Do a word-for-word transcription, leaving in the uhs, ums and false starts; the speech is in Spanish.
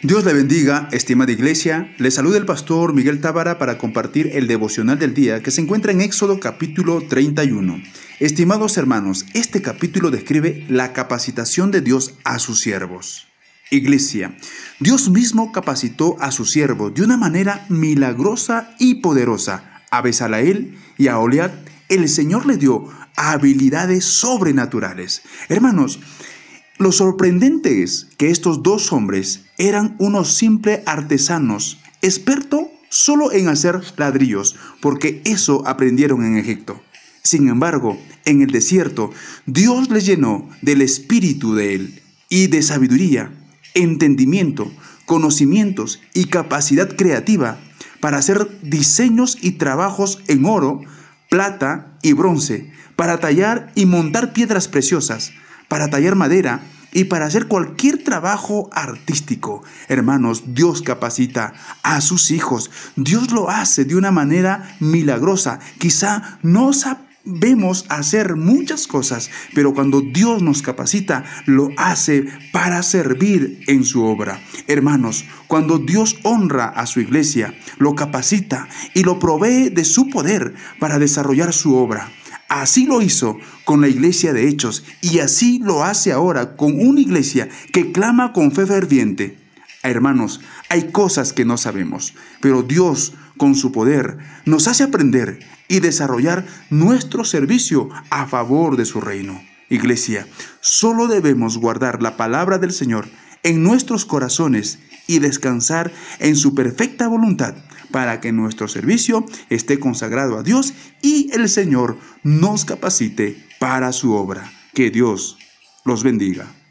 Dios le bendiga, estimada iglesia. Le saluda el pastor Miguel Tábara para compartir el devocional del día que se encuentra en Éxodo capítulo treinta y uno. Estimados hermanos, este capítulo describe la capacitación de Dios a sus siervos. Iglesia, Dios mismo capacitó a sus siervos de una manera milagrosa y poderosa. A Bezaleel y a Oholiab, el Señor le dio habilidades sobrenaturales. Hermanos, lo sorprendente es que estos dos hombres eran unos simples artesanos, expertos solo en hacer ladrillos, porque eso aprendieron en Egipto. Sin embargo, en el desierto, Dios les llenó del espíritu de Él y de sabiduría, entendimiento, conocimientos y capacidad creativa para hacer diseños y trabajos en oro, plata y bronce, para tallar y montar piedras preciosas, para tallar madera y para hacer cualquier trabajo artístico. Hermanos, Dios capacita a sus hijos. Dios lo hace de una manera milagrosa. Quizá no sabemos hacer muchas cosas, pero cuando Dios nos capacita, lo hace para servir en su obra. Hermanos, cuando Dios honra a su iglesia, lo capacita y lo provee de su poder para desarrollar su obra. Así lo hizo con la iglesia de Hechos y así lo hace ahora con una iglesia que clama con fe ferviente. Hermanos, hay cosas que no sabemos, pero Dios con su poder nos hace aprender y desarrollar nuestro servicio a favor de su reino. Iglesia, solo debemos guardar la palabra del Señor en nuestros corazones y descansar en su perfecta voluntad, para que nuestro servicio esté consagrado a Dios y el Señor nos capacite para su obra. Que Dios los bendiga.